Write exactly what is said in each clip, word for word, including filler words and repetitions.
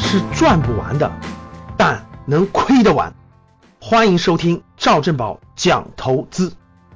是赚不完的，但能亏得完。欢迎收听赵正宝讲投资。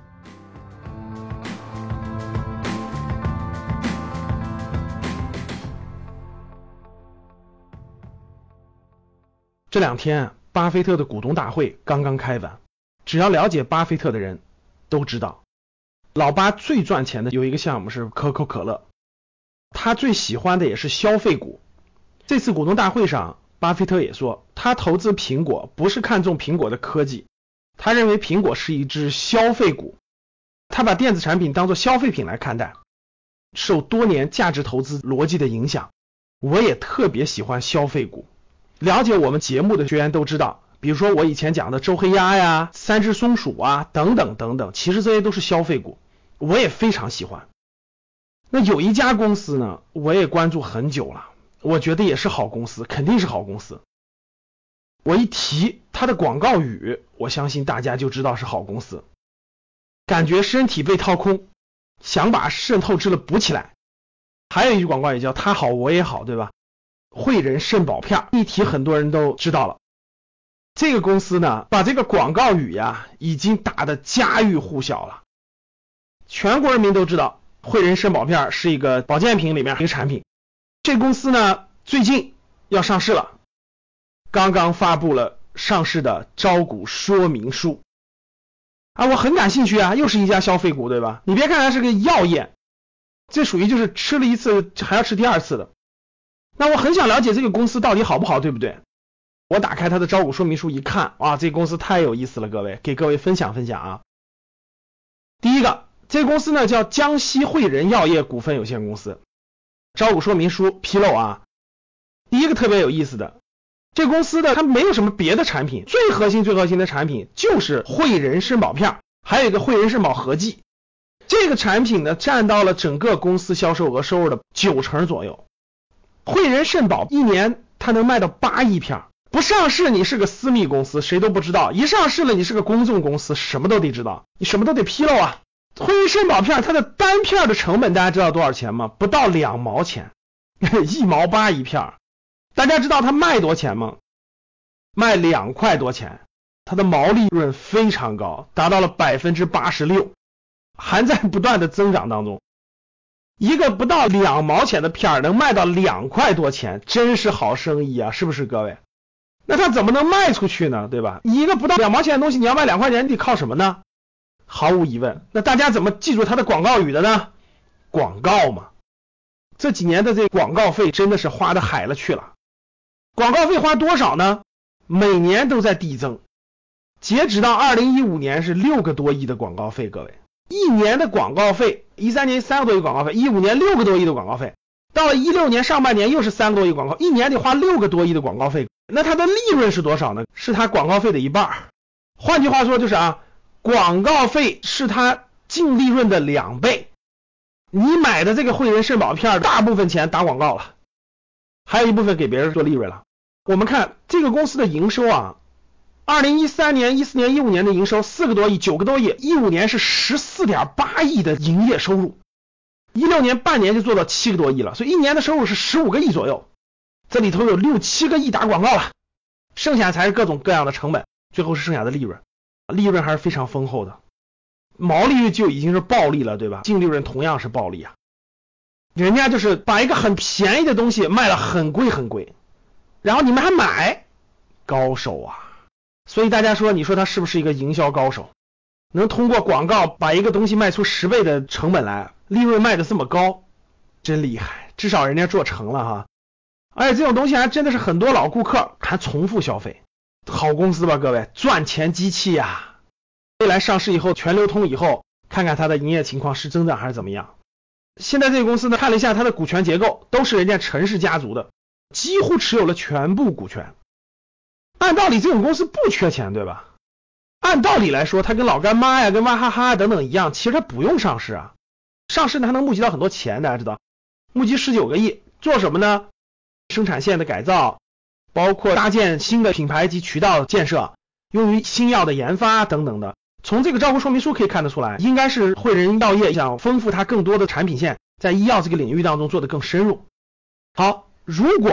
这两天巴菲特的股东大会刚刚开完，只要了解巴菲特的人都知道，老巴最赚钱的有一个项目是可口可乐，他最喜欢的也是消费股。这次股东大会上，巴菲特也说，他投资苹果不是看中苹果的科技，他认为苹果是一只消费股，他把电子产品当作消费品来看待。受多年价值投资逻辑的影响，我也特别喜欢消费股。了解我们节目的学员都知道，比如说我以前讲的周黑鸭呀、三只松鼠啊等等等等，其实这些都是消费股，我也非常喜欢。那有一家公司呢，我也关注很久了，我觉得也是好公司，肯定是好公司。我一提它的广告语，我相信大家就知道是好公司。感觉身体被掏空，想把渗透质了补起来。还有一句广告语叫他好我也好，对吧？汇仁肾宝片一提很多人都知道了。这个公司呢，把这个广告语呀已经打得家喻户晓了，全国人民都知道汇仁肾宝片是一个保健品里面一个产品。这公司呢最近要上市了，刚刚发布了上市的招股说明书啊，我很感兴趣啊，又是一家消费股，对吧？你别看它是个药业，这属于就是吃了一次还要吃第二次的。那我很想了解这个公司到底好不好，对不对？我打开它的招股说明书一看，哇，这个公司太有意思了，各位，给各位分享分享啊。第一个，这个公司呢叫江西汇仁药业股份有限公司。招股说明书披露啊，第一个特别有意思的，这公司的它没有什么别的产品，最核心最核心的产品就是汇仁肾宝片，还有一个汇仁肾宝合剂。这个产品呢占到了整个公司销售额收入的九成左右。汇仁肾宝一年它能卖到八亿片，不上市你是个私密公司谁都不知道，一上市了你是个公众公司什么都得知道，你什么都得披露啊。汇仁肾宝片它的单片的成本大家知道多少钱吗？不到两毛钱，一毛八一片。大家知道它卖多钱吗？卖两块多钱，它的毛利润非常高，达到了 百分之八十六， 还在不断的增长当中。一个不到两毛钱的片能卖到两块多钱，真是好生意啊，是不是各位？那它怎么能卖出去呢，对吧？一个不到两毛钱的东西你要卖两块钱，你得靠什么呢？毫无疑问，那大家怎么记住它的广告语的呢？广告嘛。这几年的这广告费真的是花的海了去了。广告费花多少呢？每年都在递增，截止到二零一五年是六个多亿的广告费，各位。一年的广告费，一三年三个多亿广告费，一五年六个多亿的广告费，到了一六年上半年又是三个多亿广告，一年得花六个多亿的广告费。那它的利润是多少呢？是它广告费的一半。换句话说就是啊，广告费是它净利润的两倍。你买的这个汇仁肾宝片大部分钱打广告了，还有一部分给别人做利润了。我们看这个公司的营收啊，二零一三年、一四年、一五年的营收四个多亿、九个多亿，一五年是 十四点八亿的营业收入，一六年半年就做到七个多亿了，所以一年的收入是十五个亿左右。这里头有六七个亿打广告了，剩下才是各种各样的成本，最后是剩下的利润，利润还是非常丰厚的，毛利率就已经是暴利了，对吧？净利润同样是暴利啊。人家就是把一个很便宜的东西卖了很贵很贵，然后你们还买，高手啊。所以大家说，你说他是不是一个营销高手？能通过广告把一个东西卖出十倍的成本来，利润卖的这么高，真厉害，至少人家做成了哈。而且这种东西还真的是很多老顾客还重复消费，好公司吧各位，赚钱机器呀、啊。未来上市以后全流通以后，看看它的营业情况是增长还是怎么样。现在这个公司呢，看了一下它的股权结构，都是人家陈氏家族的，几乎持有了全部股权。按道理这种公司不缺钱，对吧？按道理来说，它跟老干妈呀、跟娃哈哈等等一样，其实它不用上市啊。上市呢还能募集到很多钱，大家知道，募集十九个亿，做什么呢？生产线的改造，包括搭建新的品牌及渠道建设，用于新药的研发等等的。从这个招股说明书可以看得出来，应该是汇仁药业想丰富它更多的产品线，在医药这个领域当中做得更深入。好，如果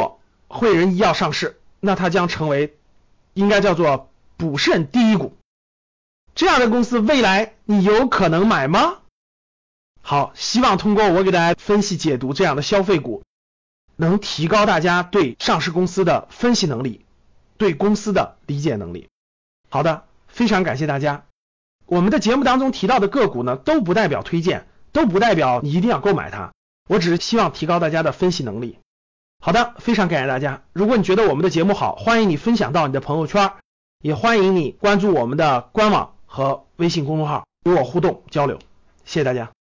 汇仁医药上市，那它将成为应该叫做补肾第一股。这样的公司未来你有可能买吗？好，希望通过我给大家分析解读这样的消费股，能提高大家对上市公司的分析能力，对公司的理解能力。好的，非常感谢大家。我们的节目当中提到的个股呢，都不代表推荐，都不代表你一定要购买它，我只是希望提高大家的分析能力。好的，非常感谢大家。如果你觉得我们的节目好，欢迎你分享到你的朋友圈，也欢迎你关注我们的官网和微信公众号，与我互动交流。谢谢大家。